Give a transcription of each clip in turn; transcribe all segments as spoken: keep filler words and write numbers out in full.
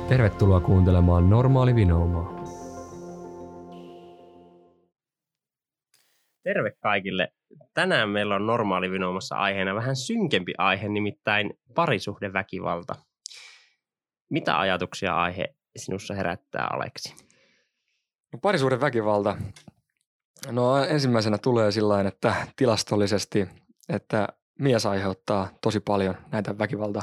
Tervetuloa kuuntelemaan Normaali Vinoumaa. Terve kaikille. Tänään meillä on Normaali Vinoumassa aiheena vähän synkempi aihe, nimittäin parisuhdeväkivalta. Mitä ajatuksia aihe sinussa herättää, Aleksi? No, parisuhdeväkivalta. No ensimmäisenä tulee sillain, että tilastollisesti, että mies aiheuttaa tosi paljon näitä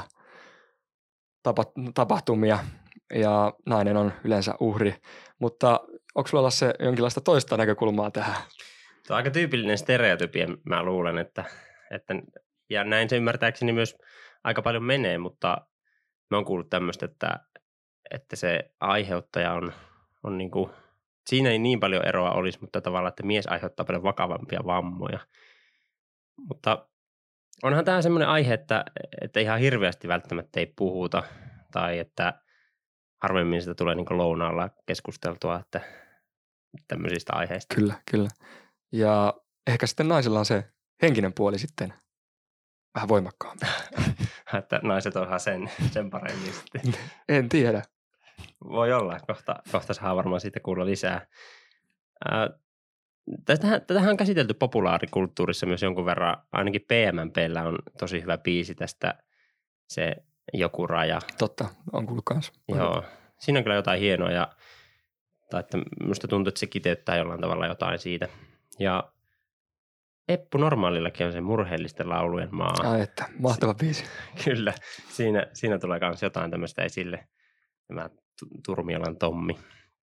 väkivaltatapahtumia ja nainen on yleensä uhri. Mutta onko sulla se jonkinlaista toista näkökulmaa tähän? Tuo on aika tyypillinen stereotypia, mä luulen, että, että ja näin se ymmärtääkseni myös aika paljon menee, mutta mä oon kuullut tämmöistä, että, että se aiheuttaja on, on niin kuin, siinä ei niin paljon eroa olisi, mutta tavallaan, että mies aiheuttaa paljon vakavampia vammoja. Mutta onhan tämä semmoinen aihe, että, että ihan hirveästi välttämättä ei puhuta tai että harvemmin sitä tulee niin kuin lounaalla keskusteltua että tämmöisistä aiheista. Kyllä, kyllä. Ja ehkä sitten naisilla on se henkinen puoli sitten vähän voimakkaampi. Että naiset onhan sen, sen paremmin sitten. En tiedä. Voi olla. Kohta, kohta saa varmaan siitä kuulla lisää. Ää, tätähän, tätähän on käsitelty populaarikulttuurissa myös jonkun verran. Ainakin P M M P:llä on tosi hyvä biisi tästä se joku raja. Totta, on kuullut kanssa. Joo. Siinä on kyllä jotain hienoa ja tai että minusta tuntuu, että se kiteyttää jollain tavalla jotain siitä. Ja Eppu Normaalillakin on se murheellisten laulujen maa. Ai että, mahtava biisi. Kyllä, siinä, siinä tulee myös jotain tämmöistä esille, tämä Turmiolan Tommi.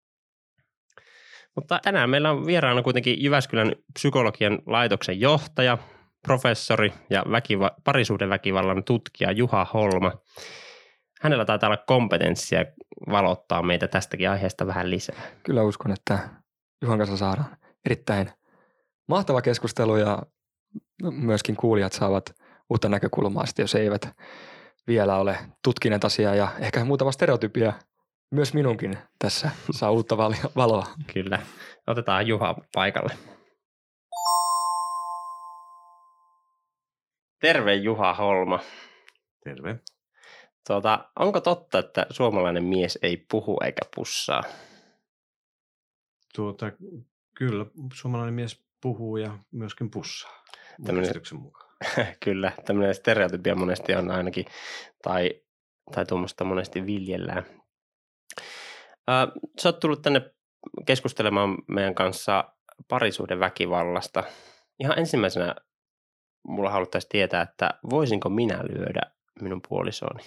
Mutta tänään meillä on vieraana kuitenkin Jyväskylän psykologian laitoksen johtaja, professori ja väkiva- parisuhdeväkivallan tutkija Juha Holma. Hänellä taitaa olla kompetenssia valottaa meitä tästäkin aiheesta vähän lisää. Kyllä uskon, että Juhan kanssa saadaan erittäin mahtava keskustelu ja myöskin kuulijat saavat uutta näkökulmaa, sitten jos eivät vielä ole tutkineet asiaa ja ehkä muutama stereotypia myös minunkin tässä saa uutta valoa. Kyllä. Otetaan Juha paikalle. Terve Juha Holma. Terve. Tuota, onko totta, että suomalainen mies ei puhu eikä pussaa? Tuota, kyllä, suomalainen mies puhuu ja myöskin pussaa. Tämmönen, mukaan. Kyllä, tämmöinen stereotypia monesti on ainakin, tai, tai tuommoista monesti viljellään. Ää, sä oot tullut tänne keskustelemaan meidän kanssa parisuhdeväkivallasta. Ihan ensimmäisenä mulla haluttaisiin tietää, että voisinko minä lyödä minun puolisooni?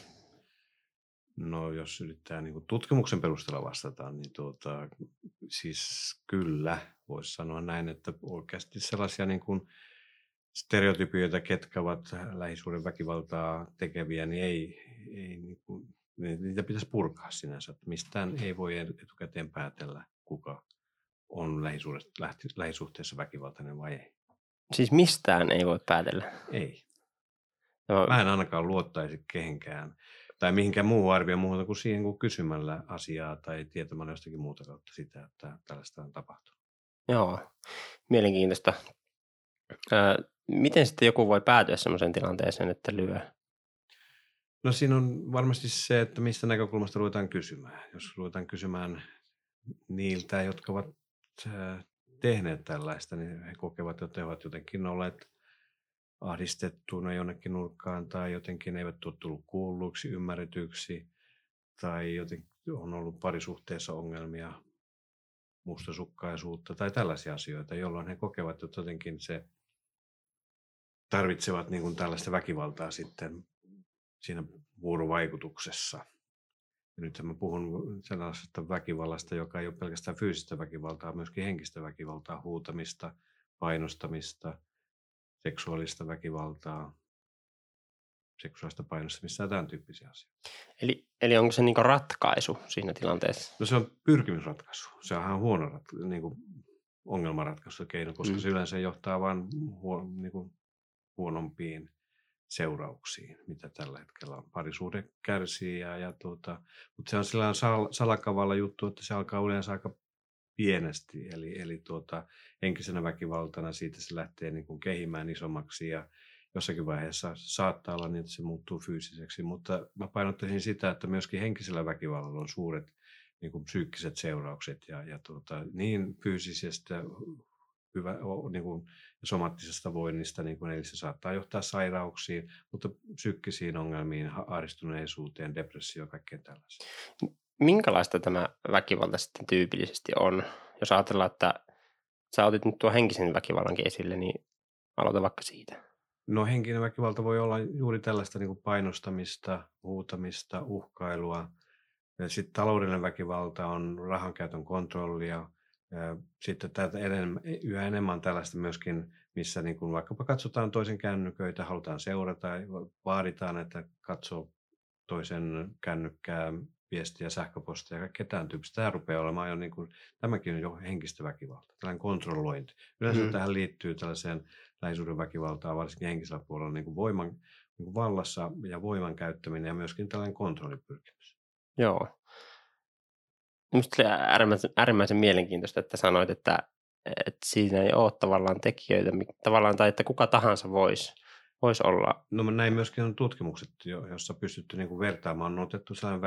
No jos yrittää niin kuin tutkimuksen perusteella vastata, niin tuota, siis kyllä voisi sanoa näin, että oikeasti sellaisia niin kuin stereotypioita, ketkä ovat lähisuhdeväkivaltaa tekeviä, niin ei, ei niin kuin, niitä pitäisi purkaa sinänsä. Mistään ei voi etukäteen päätellä, kuka on lähisuhteessa väkivaltainen vai ei. Siis mistään ei voi päätellä? Ei. No. Mä en ainakaan luottaisi kehenkään tai mihinkään muuhun arvioon muuta kuin siihen, kun kysymällä asiaa tai tietämällä jostakin muuta kautta sitä, että tällaista on tapahtunut. Joo, mielenkiintoista. Ö, miten sitten joku voi päätyä sellaiseen tilanteeseen, että lyö? No siinä on varmasti se, että mistä näkökulmasta ruvetaan kysymään. Jos ruvetaan kysymään niiltä, jotka ovat tehneet tällaista, niin he kokevat, että he ovat jotenkin olleet ahdistettuna jonnekin nurkkaan tai jotenkin eivät ole tullut kuulluiksi, ymmärretyksi tai jotenkin on ollut parisuhteessa ongelmia, mustasukkaisuutta tai tällaisia asioita, jolloin he kokevat, että jotenkin se tarvitsevat niin kuin tällaista väkivaltaa sitten siinä vuorovaikutuksessa. Ja nyt mä puhun sellaisesta väkivallasta, joka ei ole pelkästään fyysistä väkivaltaa, myöskin henkistä väkivaltaa, huutamista, painostamista, seksuaalista väkivaltaa, seksuaalista painostamista ja tämän tyyppisiä asioita. Eli, eli onko se niinku ratkaisu siinä tilanteessa? No se on pyrkimysratkaisu. Se on ihan huono ratka- niinku ongelmanratkaisukeino, koska mm. se yleensä johtaa vain huo- niinku huonompiin seurauksiin, mitä tällä hetkellä on. Parisuhde kärsii, ja, ja tuota, mutta se on sellainen sal- salakavalla juttu, että se alkaa yleensä aika pienesti, eli, eli tuota, henkisenä väkivaltana siitä se lähtee niin kuin kehimään isommaksi ja, jossakin vaiheessa saattaa olla niin, että se muuttuu fyysiseksi, mutta mä painottaisin sitä, että myöskin henkisellä väkivallalla on suuret niin kuin psyykkiset seuraukset ja, ja tuota, niin fyysisestä hyvä, niin kuin, ja somattisesta voinnista, niin kuin, eli se saattaa johtaa sairauksiin, mutta psyykkisiin ongelmiin, ahdistuneisuuteen, depressioon ja kaikkeen tällaiseen. Minkälaista tämä väkivalta sitten tyypillisesti on? Jos ajatellaan, että sä otit nyt tuo henkisen väkivallankin esille, niin aloita vaikka siitä. No henkinen väkivalta voi olla juuri tällaista niin kuin painostamista, huutamista, uhkailua. Sitten taloudellinen väkivalta on rahankäytön kontrollia. Sitten tätä enemmän, yhä enemmän on tällaista myöskin, missä niin kuin vaikkapa katsotaan toisen kännyköitä, halutaan seurata, vaaditaan, että katsoo toisen kännykkää, viestiä, sähköpostia ja kaikkea tämän tyyppistä. Tämä rupeaa olemaan jo, niin kuin, tämäkin on jo henkistä väkivaltaa, tällainen kontrollointi. Yleensä mm. tähän liittyy tällaiseen lähisuuden väkivaltaan, varsinkin henkisellä puolella, niin kuin voiman niin kuin vallassa ja voiman käyttäminen ja myöskin tällainen kontrollipyrkimys. Joo. Minusta oli äärimmäisen, äärimmäisen mielenkiintoista, että sanoit, että, että siinä ei ole tavallaan tekijöitä, tavallaan, tai että kuka tahansa voisi vois olla. No näin myöskin on tutkimukset, joissa pystytty niin kuin vertaamaan. On otettu sellainen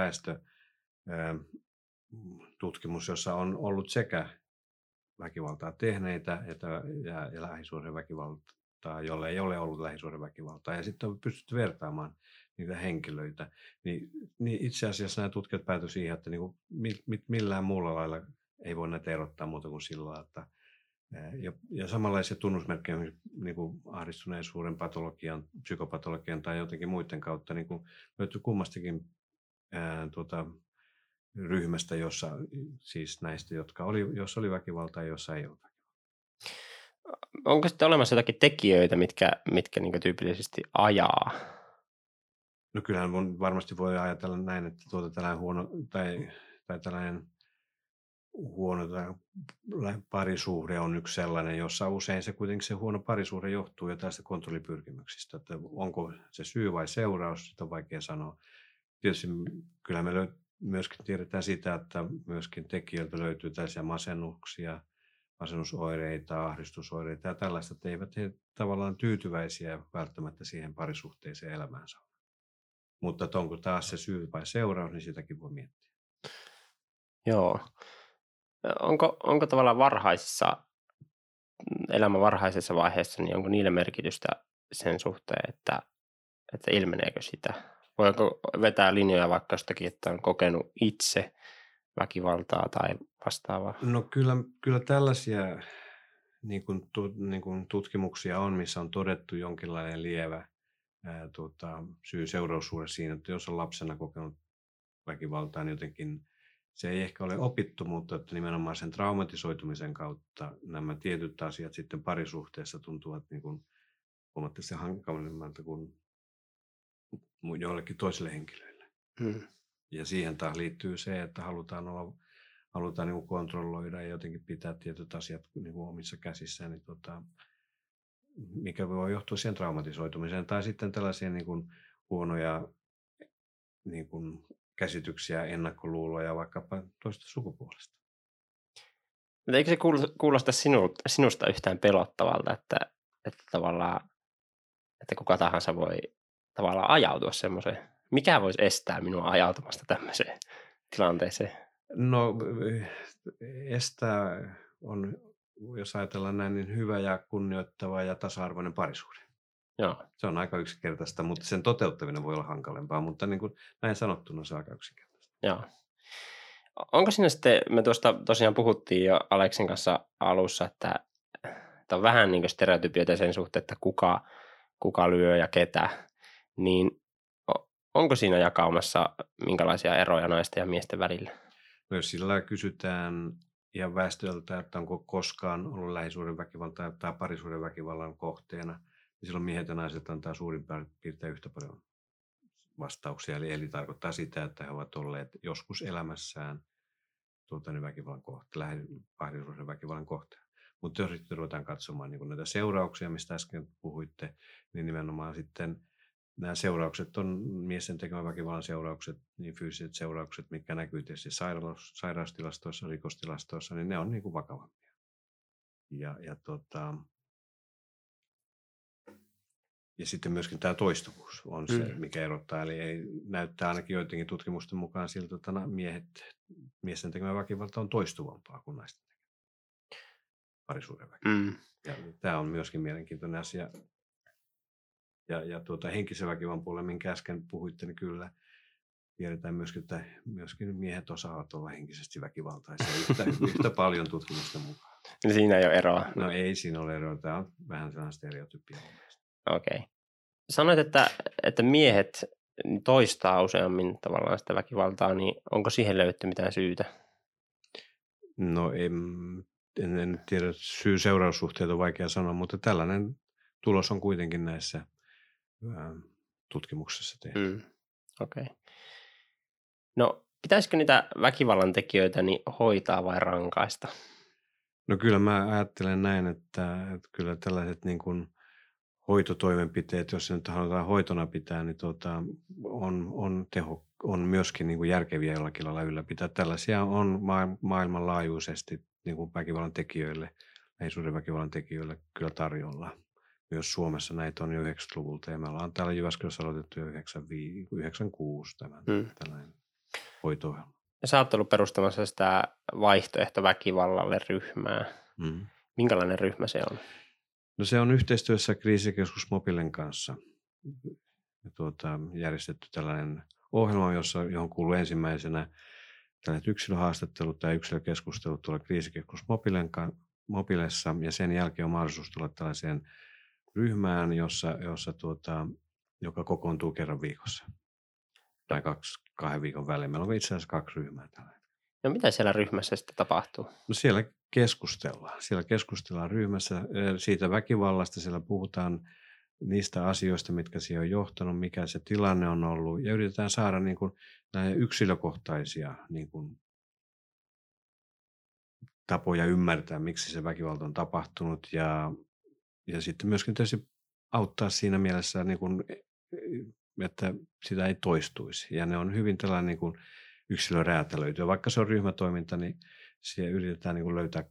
väestötutkimus, jossa on ollut sekä väkivaltaa tehneitä että, ja, ja lähisuhdeväkivaltaa, jolle ei ole ollut lähisuhdeväkivaltaa. Ja sitten on pystytty vertaamaan niitä henkilöitä. Niin, niin itse asiassa nämä tutkijat päätyivät siihen, että niin kuin millään muulla lailla ei voi näitä erottaa muuta kuin sillä lailla, että ja, ja samanlaisia tunnusmerkkejä niin kuin ahdistuneisuuden, patologian, psykopatologian tai jotenkin muiden kautta niin kuin löytyy kummastakin ää, tuota, ryhmästä, jossa siis näistä, jotka oli, jos oli väkivaltaa ja jossa ei ole väkivaltaa. Onko sitten olemassa jotakin tekijöitä, mitkä, mitkä niin kuin tyypillisesti ajaa? No kyllähän varmasti voi ajatella näin, että tuota tällainen huono tai, tai tällainen huono tai parisuhde on yksi sellainen, jossa usein se kuitenkin se huono parisuhde johtuu jo tästä kontrollipyrkimyksistä, että onko se syy vai seuraus, sitä on vaikea sanoa. Tietysti kyllä me löy- myöskin tiedetään sitä, että myöskin tekijöiltä löytyy tällaisia masennuksia, masennusoireita, ahdistusoireita ja tällaista, että eivät he tavallaan tyytyväisiä välttämättä siihen parisuhteeseen elämäänsä. Mutta että onko taas se syy vai seuraus, niin sitäkin voi miettiä. Joo. Onko, onko tavallaan varhaisissa, elämän varhaisessa vaiheessa, niin onko niillä merkitystä sen suhteen, että, että ilmeneekö sitä? Voiko vetää linjoja vaikka jostakin, että on kokenut itse väkivaltaa tai vastaavaa? No kyllä, kyllä tällaisia niin kuin, tu, niin kuin tutkimuksia on, missä on todettu jonkinlainen lievä ää, tuota, syy-seuraussuhde siinä, että jos on lapsena kokenut väkivaltaa, niin jotenkin se ei ehkä ole opittu, mutta että nimenomaan sen traumatisoitumisen kautta nämä tietyt asiat sitten parisuhteessa tuntuvat niin kuin huomattavasti hankalimmalta kuin joillekin toisille henkilöille. Hmm. Ja siihen taas liittyy se, että halutaan, olla, halutaan niin kuin kontrolloida ja jotenkin pitää tietyt asiat niin kuin omissa käsissään, niin tota, mikä voi johtua siihen traumatisoitumiseen tai sitten tällaisia niin kuin huonoja niin kuin käsityksiä, ennakkoluuloja vaikkapa toista sukupuolesta. Mutta eikö se kuulosta sinusta, sinusta yhtään pelottavalta, että, että tavallaan, että kuka tahansa voi tavallaan ajautua semmoiseen? Mikä voisi estää minua ajautumasta tämmöiseen tilanteeseen? No estää on, jos ajatellaan näin, niin hyvä ja kunnioittava ja tasa-arvoinen parisuhde. Joo. Se on aika yksinkertaista, mutta sen toteuttaminen voi olla hankalempaa, mutta niin kuin näin sanottuna se on aika yksinkertaista. Joo. Onko siinä sitten, me tuosta tosiaan puhuttiin jo Aleksin kanssa alussa, että, että on vähän niin kuin stereotypioita sen suhteen, että kuka, kuka lyö ja ketä, niin onko siinä jakaumassa minkälaisia eroja naisten ja miesten välillä? No jos sillä kysytään ihan väestöltä, että onko koskaan ollut lähisuuden väkivaltaa tai parisuuden väkivallan kohteena, niin silloin miehet ja naiset antaa suurin piirtein yhtä paljon vastauksia. Eli, eli tarkoittaa sitä, että he ovat olleet joskus elämässään tuota, niin väkivallan kohteena, parisuuden väkivallan kohteena. Mutta jos sitten ruvetaan katsomaan niin näitä seurauksia, mistä äsken puhuitte, niin nimenomaan sitten nämä seuraukset on miesten tekemän väkivallan seuraukset, niin fyysiset seuraukset, mitkä näkyy tietysti sairaus, sairaustilastoissa, rikostilastoissa, niin ne on niin kuin vakavampia. Ja, ja tota, ja sitten myöskin tämä toistuvuus on se, Mm. mikä erottaa. Eli ei, näyttää ainakin joidenkin tutkimusten mukaan siltä, että na- miehet, miesten tekemä väkivalta on toistuvampaa kuin naisten tekemä parisuuden väkivalta. Mm. Ja tämä on myöskin mielenkiintoinen asia. Ja, ja tuota, henkisen väkivallan puolella, minkä äsken puhuitte, niin kyllä tiedetään myöskin, että myöskin miehet osaavat olla henkisesti väkivaltaisia yhtä, yhtä paljon tutkimusten mukaan. Siinä ei ole eroa. No ei siinä ole eroa. Tämä on vähän sellainen stereotypia. Okei. Okay. Sanoit, että, että miehet toistaa useammin tavallaan sitä väkivaltaa, niin onko siihen löydetty mitään syytä? No en, en, en tiedä, syy-seuraussuhteet on vaikea sanoa, mutta tällainen tulos on kuitenkin näissä ää, tutkimuksissa tehty. Mm. Okei. Okay. No, pitäisikö niitä väkivallan tekijöitä niin hoitaa vai rankaista? No kyllä mä ajattelen näin, että, että kyllä tällaiset niin kuin hoitotoimenpiteet, jos se nyt halutaan hoitona pitää, niin tuota, on, on, teho, on myöskin niin kuin järkeviä jollakin lailla ylläpitää. Tällaisia on ma- maailmanlaajuisesti niin kuin väkivallan tekijöille, lähisuhdeväkivallan tekijöille kyllä tarjolla. Myös Suomessa näitä on jo yhdeksänkymmentäluvulta ja me ollaan täällä Jyväskylässä aloitettu jo yhdeksänkymmentäkuusi tämän, mm. tällainen hoito-ohjelma. Ja sä oot ollut perustamassa sitä vaihtoehtoväkivallalle ryhmää. Mm. Minkälainen ryhmä se on? No se on yhteistyössä Kriisikeskus Mobilen kanssa tuota, järjestetty tällainen ohjelma, jossa, johon kuuluu ensimmäisenä tällaiset yksilöhaastattelut tai yksilökeskustelut tuolla Kriisikeskus Mobilen, Mobilessa ja sen jälkeen on mahdollisuus tulla tällaiseen ryhmään, jossa, jossa tuota, joka kokoontuu kerran viikossa tai kaksi, kahden viikon välein. Meillä on itse asiassa kaksi ryhmää tällä. No mitä siellä ryhmässä sitten tapahtuu? No siellä keskustellaan. Siellä keskustellaan ryhmässä siitä väkivallasta. Siellä puhutaan niistä asioista, mitkä siihen on johtanut, mikä se tilanne on ollut. Ja yritetään saada niin kuin näitä yksilökohtaisia niin kuin tapoja ymmärtää, miksi se väkivalta on tapahtunut. Ja, ja sitten myöskin tietysti auttaa siinä mielessä, niin kuin, että sitä ei toistuisi. Ja ne on hyvin tällainen niin kuin yksilöräätälöityä. Vaikka se on ryhmätoiminta, niin siellä yritetään niin kuin löytää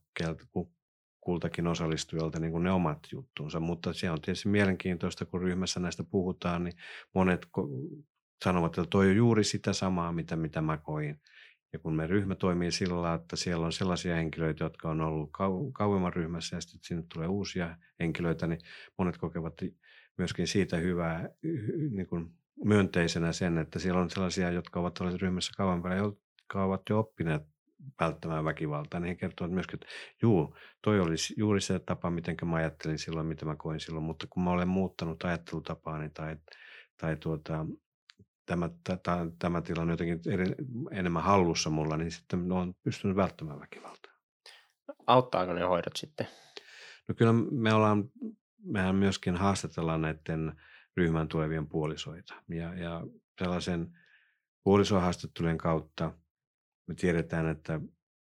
kultakin osallistujalta niin kuin ne omat juttuunsa. Mutta se on tietysti mielenkiintoista, kun ryhmässä näistä puhutaan, niin monet sanovat, että toi on juuri sitä samaa, mitä, mitä mä koin. Ja kun me ryhmä toimii sillä lailla, että siellä on sellaisia henkilöitä, jotka on ollut kau- kauemman ryhmässä ja sitten sinne tulee uusia henkilöitä, niin monet kokevat myöskin siitä hyvää niin kuin myönteisenä sen, että siellä on sellaisia, jotka ovat olleet ryhmässä kauempana, jotka ovat jo oppineet välttämään väkivaltaa, niin he kertovat myöskin, että juu, toi oli juuri se tapa, miten mä ajattelin silloin, mitä mä koin silloin, mutta kun mä olen muuttanut ajattelutapaani tai, tai tuota, tämä, tämä, tämä tilanne on jotenkin eri, enemmän hallussa mulla, niin sitten olen pystynyt välttämään väkivaltaa. Auttaako ne hoidot sitten? No kyllä me ollaan, mehän myöskin haastatellaan näiden ryhmän tulevien puolisoita. Ja, ja sellaisen puolisohaastattelujen kautta me tiedetään, että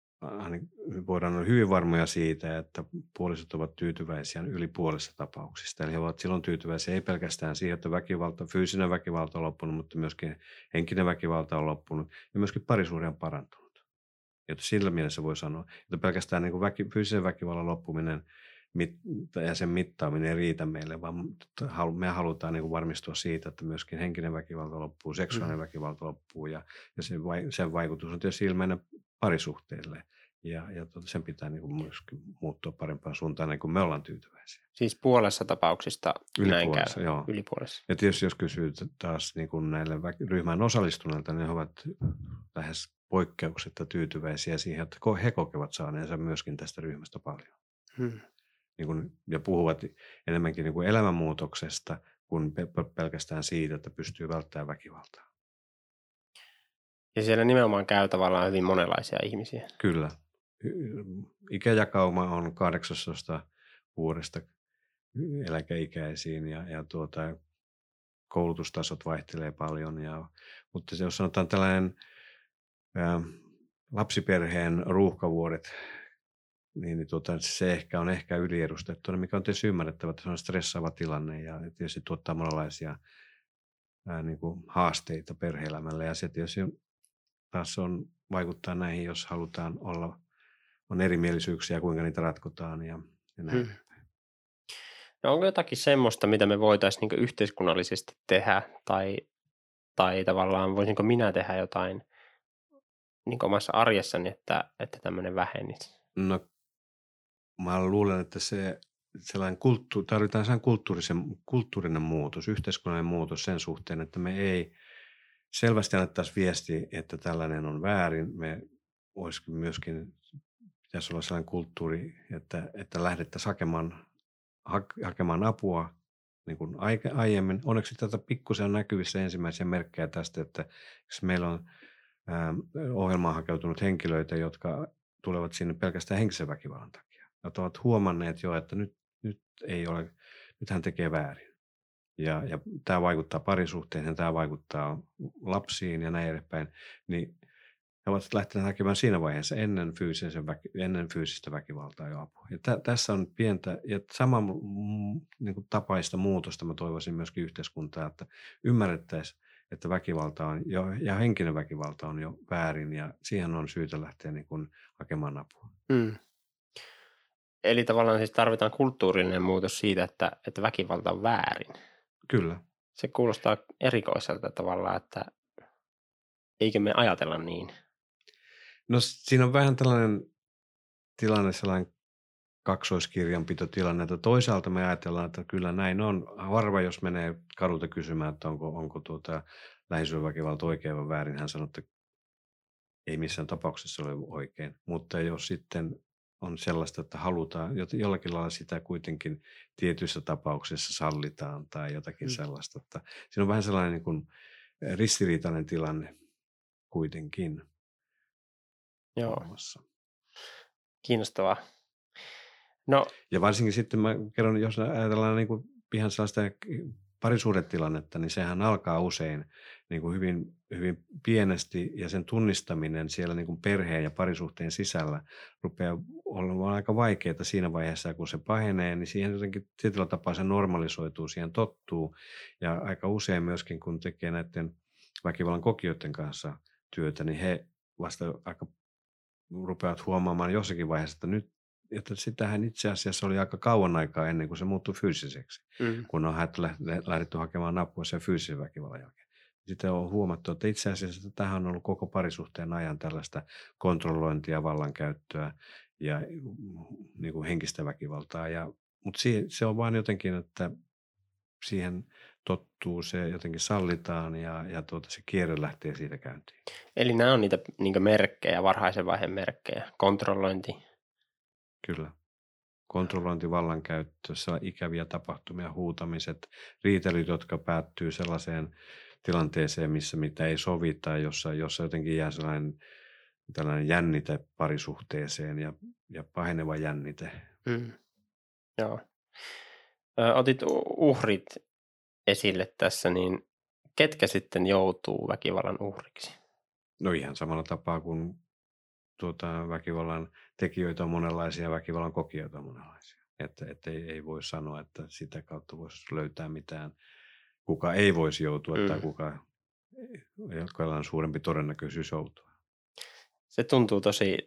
voidaan olla hyvin varmoja siitä, että puolisot ovat tyytyväisiä yli puolessa tapauksista. Eli he ovat silloin tyytyväisiä ei pelkästään siihen, että väkivalta, fyysinen väkivalta on loppunut, mutta myöskin henkinen väkivalta on loppunut ja myöskin parisuhde on parantunut. Jotta sillä mielessä voi sanoa, että pelkästään niin kuin väki, fyysisen väkivallan loppuminen ja sen mittaaminen ei riitä meille, vaan me halutaan niin kuin varmistua siitä, että myöskin henkinen väkivalta loppuu, seksuaalinen mm. väkivalta loppuu ja, ja sen, sen vaikutus on tietysti ilmeinen parisuhteille ja, ja sen pitää niin kuin myöskin muuttua parempaan suuntaan, niin kuin me ollaan tyytyväisiä. Siis puolessa tapauksista yli näin puolessa, käy? Joo. Yli puolessa. Ja tietysti jos kysyy taas niin kuin näille ryhmään osallistuneilta, niin he ovat lähes poikkeuksetta tyytyväisiä siihen, että he kokevat saaneensa myöskin tästä ryhmästä paljon. Hmm. Niin kuin, ja puhuvat enemmänkin niin kuin elämänmuutoksesta kuin pelkästään siitä, että pystyy välttämään väkivaltaa. Ja siellä nimenomaan käy tavallaan hyvin monenlaisia ihmisiä. Kyllä. Ikäjakauma on kahdeksasta vuodesta eläkeikäisiin ja, ja tuota, koulutustasot vaihtelee paljon. Ja, mutta se, jos sanotaan tällainen ää, lapsiperheen ruuhkavuodet, niin, niin tuota, se ehkä on ehkä yliedustettuna, mikä on tietysti ymmärrettävä, että se on stressaava tilanne ja tietysti tuottaa monenlaisia ää, niin kuin haasteita perhe-elämälle. Ja se tietysti taas on, vaikuttaa näihin, jos halutaan olla, on erimielisyyksiä, kuinka niitä ratkotaan ja, ja näin. Hmm. No onko jotakin semmoista, mitä me voitaisiin niin yhteiskunnallisesti tehdä tai, tai tavallaan voisinko minä tehdä jotain niin omassa arjessani, että, että tämmöinen vähenisi? No mä luulen, että se sellainen kulttu, tarvitaan sellainen kulttuurisen, kulttuurinen muutos, yhteiskunnallinen muutos sen suhteen, että me ei selvästi annettaisiin viesti, että tällainen on väärin. Me olisikin myöskin, pitäisi olla sellainen kulttuuri, että, että lähdettäisiin hakemaan, ha, hakemaan apua niin kuin aiemmin. Onneksi tätä pikkusen on näkyvissä ensimmäisiä merkkejä tästä, että meillä on ää, ohjelmaan hakeutunut henkilöitä, jotka tulevat sinne pelkästään henkisen väkivallan takia. Ja ovat huomanneet jo, että nyt, nyt, ei ole, nyt hän tekee väärin. Ja, ja tämä vaikuttaa parisuhteeseen, tämä vaikuttaa lapsiin ja näin edespäin. Niin he ovat lähteneet hakemaan siinä vaiheessa ennen, väki, ennen fyysistä väkivaltaa jo apua. Ja tä, tässä on pientä, ja sama mm, niin kuin tapaista muutosta mä toivoisin myöskin yhteiskuntaa, että ymmärrettäisiin, että väkivalta on jo, ja henkinen väkivalta on jo väärin, ja siihen on syytä lähteä niin kuin hakemaan apua. Mm. Eli tavallaan siis tarvitaan kulttuurinen muutos siitä, että, että väkivalta on väärin. Kyllä. Se kuulostaa erikoiselta tavallaan, että eikö me ajatella niin? No siinä on vähän tällainen tilanne, sellainen kaksoiskirjanpitotilanne, että toisaalta me ajatellaan, että kyllä näin on. Harva, jos menee kadulta kysymään, että onko, onko tuota lähisuhdeväkivalta oikein vai väärin, hän sanoo, että ei missään tapauksessa ole oikein. Mutta jos sitten on sellaista, että halutaan, jollakin lailla sitä kuitenkin tietyissä tapauksissa sallitaan tai jotakin mm. sellaista. Että siinä on vähän sellainen niin kuin ristiriitainen tilanne kuitenkin. Joo, olemassa. Kiinnostavaa. No, ja varsinkin sitten mä kerron, jos ajatellaan niin kuin ihan sellaista parisuhdetilannetta, niin sehän alkaa usein niin kuin hyvin, hyvin pienesti ja sen tunnistaminen siellä niin kuin perheen ja parisuhteen sisällä rupeaa olemaan aika vaikeaa siinä vaiheessa, kun se pahenee, niin siihen jotenkin tietyllä tapaa se normalisoituu, siihen tottuu ja aika usein myöskin kun tekee näiden väkivallan kokijoiden kanssa työtä, niin he vasta aika rupeavat huomaamaan jossakin vaiheessa, että nyt että sitähän itse asiassa oli aika kauan aikaa ennen kuin se muuttui fyysiseksi, mm. kun on lähdetty hakemaan apua sen fyysisen väkivallan jälkeen. Sitten on huomattu, että itse asiassa tähän on ollut koko parisuhteen ajan tällaista kontrollointia, vallankäyttöä ja niin kuin henkistä väkivaltaa. Ja, mutta se, se on vaan jotenkin, että siihen tottuu, se jotenkin sallitaan ja, ja tuota, se kierre lähtee siitä käyntiin. Eli nämä on niitä niin merkkejä, varhaisen vaiheen merkkejä, kontrollointi. Kyllä. Kontrollointi, vallankäyttö, ikäviä tapahtumia, huutamiset, riitelyt, jotka päättyy sellaiseen tilanteeseen, missä mitä ei sovita, jossa, jossa jotenkin jää sellainen tällainen jännite parisuhteeseen ja, ja paheneva jännite. Mm. Joo. Ö, otit uhrit esille tässä, niin ketkä sitten joutuu väkivallan uhriksi? No ihan samalla tapaa kuin tuota, väkivallan tekijöitä on monenlaisia, väkivallan kokijoita on monenlaisia. Että, että ei, ei voi sanoa, että sitä kautta voisi löytää mitään, kuka ei voisi joutua mm. tai kuka, jolla on suurempi todennäköisyys joutua. Se tuntuu tosi,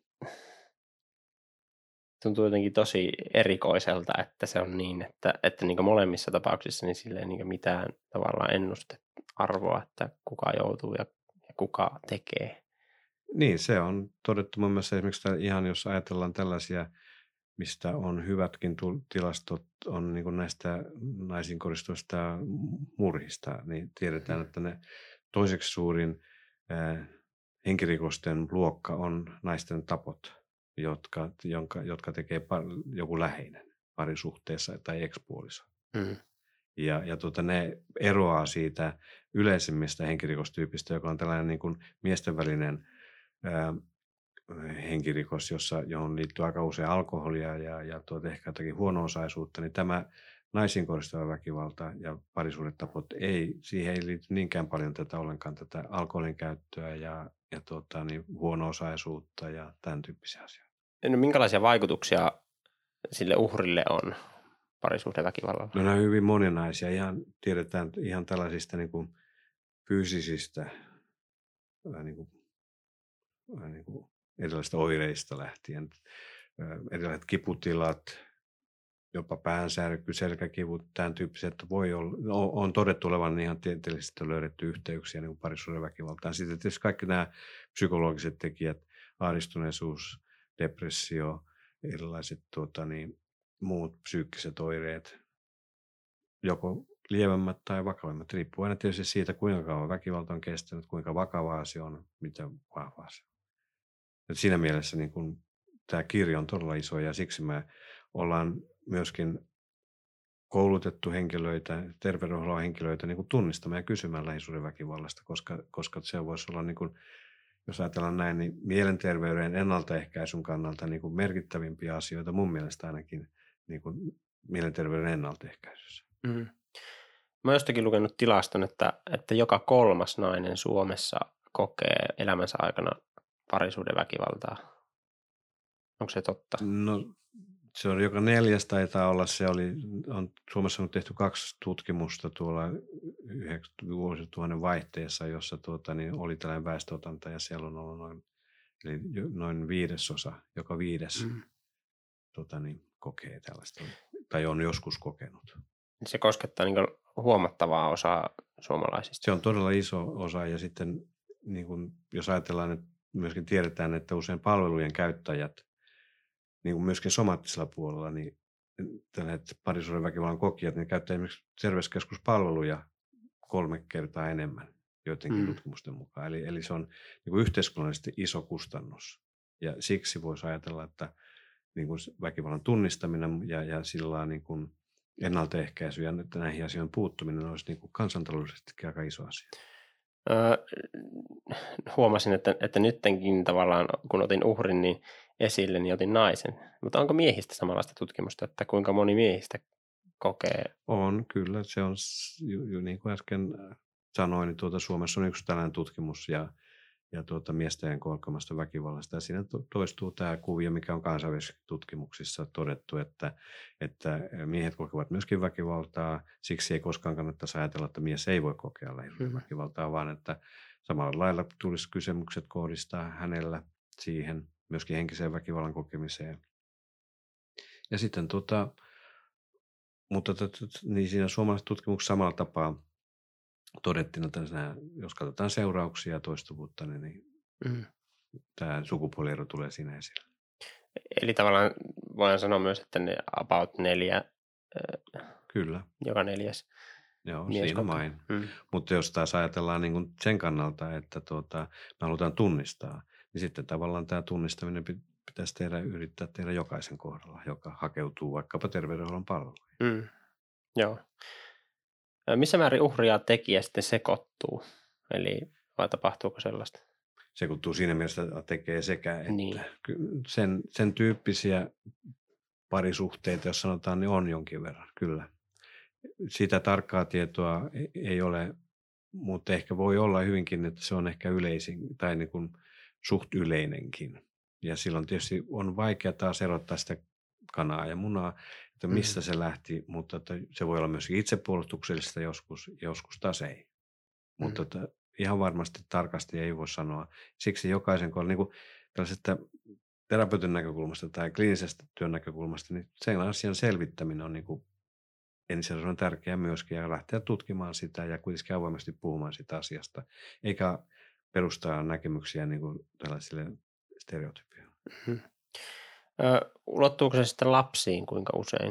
tuntuu jotenkin tosi erikoiselta, että se on niin, että, että niin molemmissa tapauksissa niin sillä ei niin mitään tavallaan ennustearvoa, että kuka joutuu ja, ja kuka tekee. Niin, se on todettu mun mielestä esimerkiksi ihan, jos ajatellaan tällaisia, mistä on hyvätkin tilastot, on niin kuin näistä naisiin kohdistuvista murhista, niin tiedetään, että ne toiseksi suurin äh, henkirikosten luokka on naisten tapot, jotka, jonka, jotka tekee par, joku läheinen parisuhteessa tai ekspuoliso. Mm. Ja, ja tuota, ne eroaa siitä yleisimmistä henkirikostyypistä, joka on tällainen niin kuin miesten välinen ää, henkirikos, jossa, johon liittyy aika usein alkoholia ja, ja tuota, ehkä jotakin huono-osaisuutta, niin tämä naisiin kohdistuva väkivalta ja parisuhdetapot, ei, siihen ei liity niinkään paljon tätä ollenkaan tätä alkoholin käyttöä ja, ja tuota, niin huono-osaisuutta ja tämän tyyppisiä asioita. No, minkälaisia vaikutuksia sille uhrille on parisuhdeväkivallalla? No nämä on hyvin moninaisia. Ihan tiedetään ihan tällaisista niin kuin fyysisistä niin kuin, niin kuin erilaisista oireista lähtien. Erilaiset kiputilat, jopa päänsärky, selkäkivut, tämän tyyppiset voi olla, on, on todettu olevan ihan tieteellisesti löydetty yhteyksiä niin parisuuden väkivaltaan. Sitten tietysti kaikki nämä psykologiset tekijät, ahdistuneisuus, depressio, erilaiset tuota, niin, muut psyykkiset oireet, joko lievemmät tai vakavimmat, riippuu aina tietysti siitä, kuinka kauan väkivalta on kestänyt, kuinka vakavaa se on, miten vahvaa se on. Et siinä mielessä niin kun, tämä kirjo on todella iso ja siksi me ollaan myöskin koulutettu henkilöitä, terveydenhuollon henkilöitä niin kuin tunnistamaan ja kysymään lähisuhdeväkivallasta, koska, koska se voisi olla, niin kuin, jos ajatellaan näin, niin mielenterveyden ennaltaehkäisyn kannalta niin kuin merkittävimpiä asioita mun mielestä ainakin niin kuin mielenterveyden ennaltaehkäisyssä. Mm. Mä oon jostakin lukenut tilaston, että, että joka kolmas nainen Suomessa kokee elämänsä aikana parisuhdeväkivaltaa. Onko se totta? No se on joka neljäs taitaa olla, se oli, on, Suomessa on tehty kaksi tutkimusta tuolla vuosituhannen vaihteessa, jossa tuota, niin oli tällainen väestöotanta ja siellä on ollut noin, eli noin viidesosa, joka viides mm. tuota, niin, kokee tällaista, tai on joskus kokenut. Se koskettaa niin kuin huomattavaa osaa suomalaisista. Se on todella iso osa ja sitten niin kuin, jos ajatellaan, että myöskin tiedetään, että usein palvelujen käyttäjät, niin kuin myöskin somaattisella puolella, niin tällaiset parisuhdeväkivallan kokijat, niin käyttää esimerkiksi terveyskeskuspalveluja kolme kertaa enemmän joidenkin mm. tutkimusten mukaan. Eli, eli se on niin kuin yhteiskunnallisesti iso kustannus. Ja siksi voisi ajatella, että niin kuin väkivallan tunnistaminen ja, ja sillä niin kuin ennaltaehkäisy ja näihin asioihin puuttuminen olisi niin kuin kansantaloudellisesti aika iso asia. Öö, huomasin, että, että nyttenkin tavallaan, kun otin uhrin niin esille, niin otin naisen. Mutta onko miehistä samanlaista tutkimusta, että kuinka moni miehistä kokee? On, kyllä. Se on, ju, ju, niin kuin äsken sanoin, niin tuota, Suomessa on yksi tällainen tutkimus ja, ja tuota, miesten kokemasta väkivallasta. Ja siinä toistuu tämä kuvio, mikä on kansainvälisissä tutkimuksissa todettu, että, että miehet kokevat myöskin väkivaltaa. Siksi ei koskaan kannattaisi ajatella, että mies ei voi kokea lähisuhdeväkivaltaa, vaan että samalla lailla tulisi kysymykset kohdistaa hänellä siihen, myöskin henkiseen väkivallan kokemiseen. Ja sitten tota, mutta tot, niin siinä suomalaisessa tutkimuksessa samalla tapaa todettiin, että jos katsotaan seurauksia ja toistuvuutta, niin, niin mm. tämä sukupuoliero tulee siinä esille. Eli tavallaan voidaan sanoa myös, että ne about neljä, kyllä. joka neljäs. Joo, siinä vain. Mm. Mutta jos taas ajatellaan niin kuin sen kannalta, että tuota, me halutaan tunnistaa, niin sitten tavallaan tämä tunnistaminen pitäisi tehdä, yrittää tehdä jokaisen kohdalla, joka hakeutuu vaikkapa terveydenhuollon palveluihin. Mm. Joo. Missä määrin uhri ja tekijä sitten sekoittuu? Eli vai tapahtuuko sellaista? Sekoittuu siinä mielessä, että tekee sekä, että niin. sen, sen tyyppisiä parisuhteita, jos sanotaan, niin on jonkin verran, kyllä. Sitä tarkkaa tietoa ei ole, mutta ehkä voi olla hyvinkin, että se on ehkä yleisin tai niin kuin suht yleinenkin. Ja silloin tietysti on vaikea taas erottaa sitä kanaa ja munaa, että mistä mm. se lähti, mutta että se voi olla myös itsepuolustuksellista joskus, joskus taas ei. Mm. Mutta että ihan varmasti tarkasti ei voi sanoa. Siksi jokaisen kohdalla, niin kuin tällaisesta terapeutin näkökulmasta tai kliinisestä työn näkökulmasta, niin sen asian selvittäminen on niin kuin ensinnäkin on tärkeää myöskin ja lähteä tutkimaan sitä ja kuitenkin avoimesti puhumaan sitä asiasta, eikä perustaa näkemyksiä niin kuin tällaisille stereotypioille. Mm-hmm. Ö, ulottuuko se sitten lapsiin kuinka usein?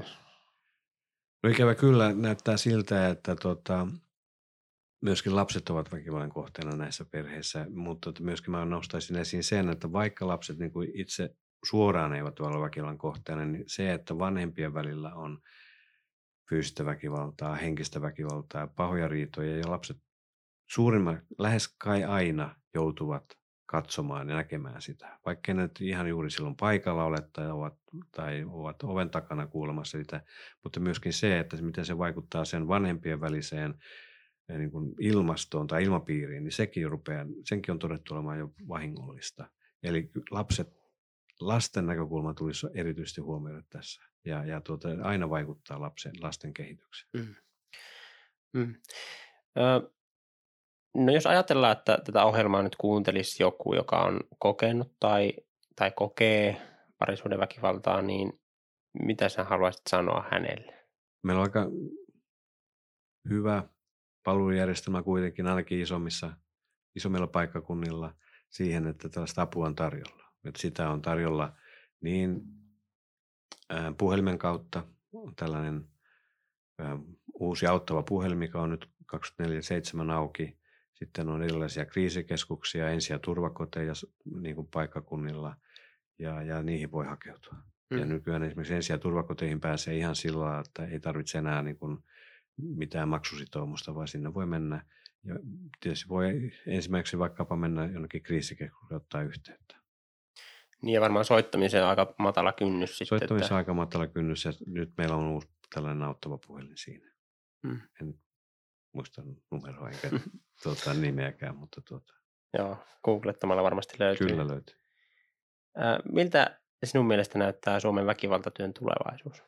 No ikävä kyllä näyttää siltä, että tota, myöskin lapset ovat väkivallan kohteena näissä perheissä, mutta myöskin mä nostaisin esiin sen, että vaikka lapset niin kuin itse suoraan eivät ole väkivallan kohteena, niin se, että vanhempien välillä on fyysistä väkivaltaa, henkistä väkivaltaa, pahoja riitoja ja lapset suurimman, lähes kai aina joutuvat katsomaan ja näkemään sitä. Vaikka ne ihan juuri silloin paikalla ole tai ovat, tai ovat oven takana kuulemassa sitä, mutta myöskin se, että miten se vaikuttaa sen vanhempien väliseen niin kuin ilmastoon tai ilmapiiriin, niin sekin, rupeaa, senkin on todettu olemaan jo vahingollista. Eli lapset, lasten näkökulma tulisi erityisesti huomioida tässä ja, ja tuota, aina vaikuttaa lapsen, lasten kehitykseen. Mm. Mm. Ö, no jos ajatellaan, että tätä ohjelmaa nyt kuuntelisi joku, joka on kokenut tai, tai kokee parisuhdeväkivaltaa, niin mitä sä haluaisit sanoa hänelle? Meillä on aika hyvä palvelujärjestelmä kuitenkin ainakin isommissa, isommilla paikkakunnilla siihen, että tällaista apua on tarjolla. Että sitä on tarjolla niin ää, puhelimen kautta, on tällainen ää, uusi auttava puhelin, mikä on nyt kaksikymmentäneljä seitsemän auki. Sitten on erilaisia kriisikeskuksia, ensi- ja turvakoteja niin kuin paikkakunnilla, ja, ja niihin voi hakeutua. Mm. Ja nykyään esimerkiksi ensi- ja turvakoteihin pääsee ihan sillä lailla, että ei tarvitse enää niin kuin mitään maksusitoumusta, vaan sinne voi mennä. Ja tietysti voi ensimmäiseksi vaikkapa mennä jonnekin kriisikeskukseen ottaa yhteyttä. Niin ja varmaan soittamiseen on aika matala kynnys sitten. Soittamiseen että... on aika matala kynnys ja nyt meillä on uusi tällainen auttava puhelin siinä. Mm. En muista numeroa eikä tuota, nimeäkään, mutta tuota. Joo, googlettamalla varmasti löytyy. Kyllä löytyy. Äh, miltä sinun mielestä näyttää Suomen väkivaltatyön tulevaisuus?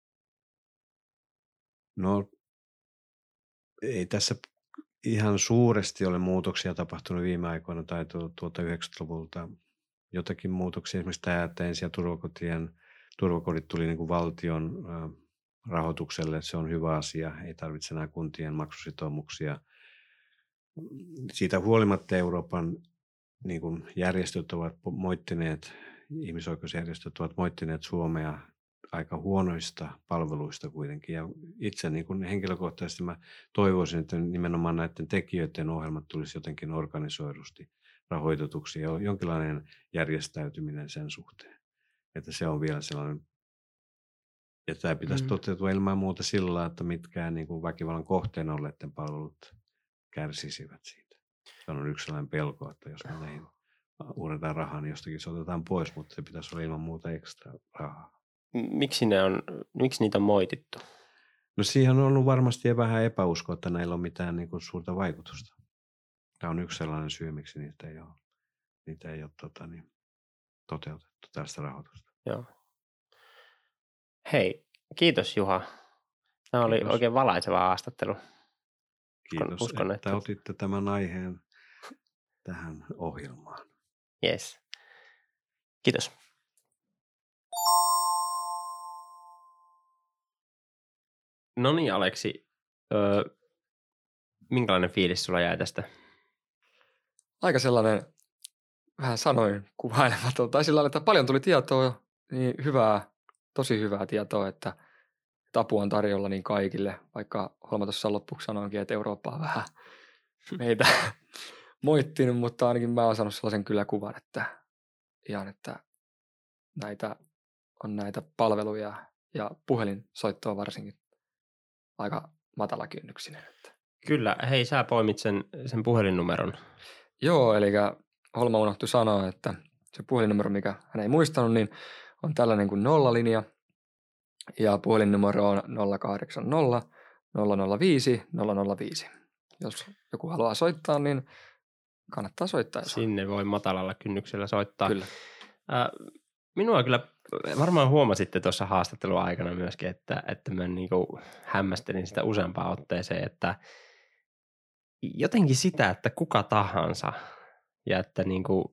No ei tässä ihan suuresti ole muutoksia tapahtunut viime aikoina tai tuolta yhdeksänkymmentäluvulta. Jotakin muutoksia, esimerkiksi tämä, että ensi- ja turvakotien, turvakodit tuli niin kuin valtion rahoitukselle, se on hyvä asia, ei tarvitse enää kuntien maksusitoumuksia. Siitä huolimatta Euroopan niin kuin järjestöt ovat moittineet, ihmisoikeusjärjestöt ovat moittineet Suomea aika huonoista palveluista kuitenkin. Ja itse niin kuin henkilökohtaisesti mä toivoisin, että nimenomaan näiden tekijöiden ohjelmat tulisi jotenkin organisoidusti rahoitetuksi ja jonkinlainen järjestäytyminen sen suhteen. Että se on vielä sellainen, ja tämä pitäisi mm. toteutua ilman muuta sillä lailla, että mitkään niin kuin väkivallan kohteena olleiden palvelut kärsisivät siitä. Se on yksi sellainen pelko, että jos me näihin uudetaan rahaa, niin jostakin se otetaan pois, mutta se pitäisi olla ilman muuta ekstra rahaa. Miksi, ne on, miksi niitä on moitittu? No siihen on ollut varmasti vähän epäusko, että näillä on mitään niin kuin suurta vaikutusta. Tämä on yksi sellainen syy, miksi niitä ei ole, niitä ei ole tota, niin, toteutettu tästä rahoitusta. Joo. Hei, kiitos Juha. Tämä oli kiitos. Oikein valaiseva haastattelu. Kiitos, uskon, että, että otitte tämän aiheen tähän ohjelmaan. Yes. Kiitos. No niin, Aleksi. Öö, minkälainen fiilis sulla jäi tästä? Aika sellainen, vähän sanoin kuvailematon, tai sillä että paljon tuli tietoa, niin hyvää, tosi hyvää tietoa, että, että apu on tarjolla niin kaikille, vaikka Holma tuossa loppuksi sanoinkin, että Eurooppa on vähän meitä moittinut, mutta ainakin mä oon saanut sellaisen kyllä kuvan, että ihan, että näitä on näitä palveluja ja puhelinsoittoa varsinkin aika matalakynnyksinen. Kyllä, hei sä poimit sen, sen puhelinnumeron. Joo, eli Holma unohtui sanoa, että se puhelinnumero, mikä hän ei muistanut, niin on tällainen kuin nollalinja. Ja puhelinnumero on nolla kahdeksan nolla nolla nolla viisi nolla nolla viisi. Jos joku haluaa soittaa, niin kannattaa soittaa. Sinne voi matalalla kynnyksellä soittaa. Kyllä. Äh, minua kyllä varmaan huomasitte tuossa haastattelun aikana myöskin, että, että mä niinku hämmästelin sitä useampaan otteeseen, että jotenkin sitä, että kuka tahansa ja että niinku,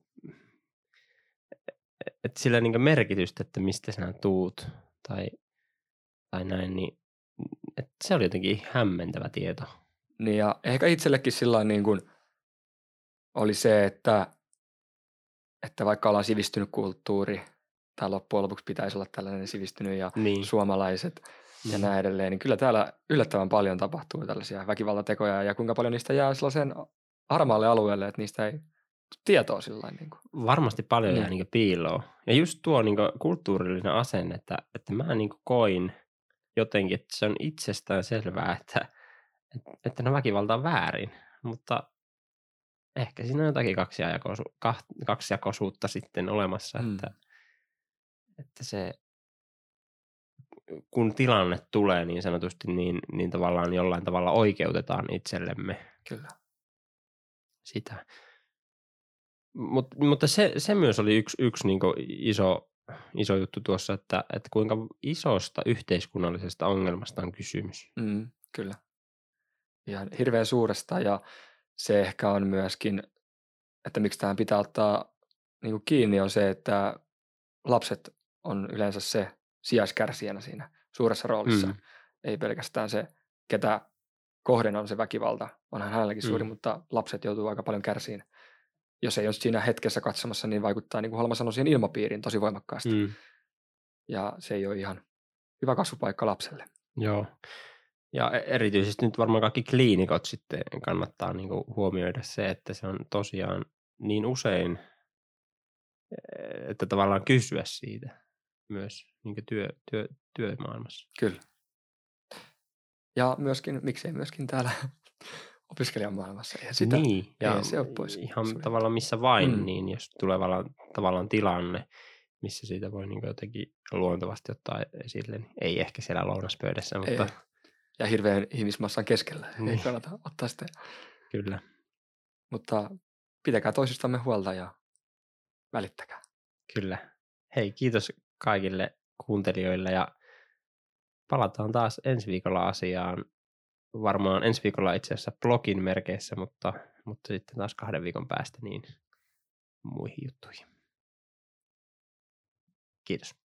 että sillä niinku merkitystä, että mistä sinä tuut tai, tai näin, niin että se oli jotenkin hämmentävä tieto. Niin ja ehkä itsellekin sillä niin kuin oli se, että, että vaikka ollaan sivistynyt kulttuuri, tai loppujen lopuksi pitäisi olla tällainen sivistynyt ja niin. suomalaiset ja näin edelleen, niin kyllä täällä yllättävän paljon tapahtuu tällaisia väkivaltatekoja ja kuinka paljon niistä jää sellaiseen harmaalle alueelle, että niistä ei tietoa sillä niin kuin. Varmasti paljon niin. jää niin piiloon. Ja just tuo niin kulttuurillinen asenne, että, että mä niin koin jotenkin, että se on itsestään selvää, että, että, että no väkivalta on väärin, mutta ehkä siinä on jotakin kaksijakoisu, kaksijakoisuutta sitten olemassa, mm. että, että se kun tilanne tulee niin sanotusti, niin, niin tavallaan jollain tavalla oikeutetaan itsellemme. Kyllä. Sitä. Mut, mutta se, se myös oli yksi, yksi niin kuin iso, iso juttu tuossa, että, että kuinka isosta yhteiskunnallisesta ongelmasta on kysymys. Mm, kyllä. Ihan hirveän suuresta ja se ehkä on myöskin, että miksi tähän pitää ottaa niin kuin kiinni on se, että lapset on yleensä se sijaiskärsijänä siinä suuressa roolissa. Mm. Ei pelkästään se, ketä kohden on se väkivalta, onhan hänelläkin suuri, Mm. mutta lapset joutuu aika paljon kärsiin. Jos ei ole siinä hetkessä katsomassa, niin vaikuttaa, niin kuin Holma sanoi, siihen ilmapiiriin tosi voimakkaasti. Mm. Ja se ei ole ihan hyvä kasvupaikka lapselle. Joo. Ja e- erityisesti nyt varmaan kaikki kliinikot sitten kannattaa niinku huomioida se, että se on tosiaan niin usein, että tavallaan kysyä siitä myös niinku työ, työ, työmaailmassa. Kyllä. Ja myöskin, miksei myöskin täällä opiskelijan maailmassa. Eihän sitä, niin, ja eihän se ole pois ihan suljettu. tavallaan missä vain, Mm. niin jos tulee tavallaan, tavallaan tilanne, missä siitä voi niinku jotenkin luontevasti ottaa esille, niin ei ehkä siellä lounaspöydässä, mutta Ei. Ja hirveän ihmismassan keskellä. Ei Niin. kannata ottaa sitä. kyllä. Mutta pitäkää toisistamme huolta ja välittäkää. Kyllä. Hei, kiitos kaikille kuuntelijoille ja palataan taas ensi viikolla asiaan. Varmaan ensi viikolla itse asiassa blogin merkeissä, mutta, mutta sitten taas kahden viikon päästä niin muihin juttuihin. Kiitos.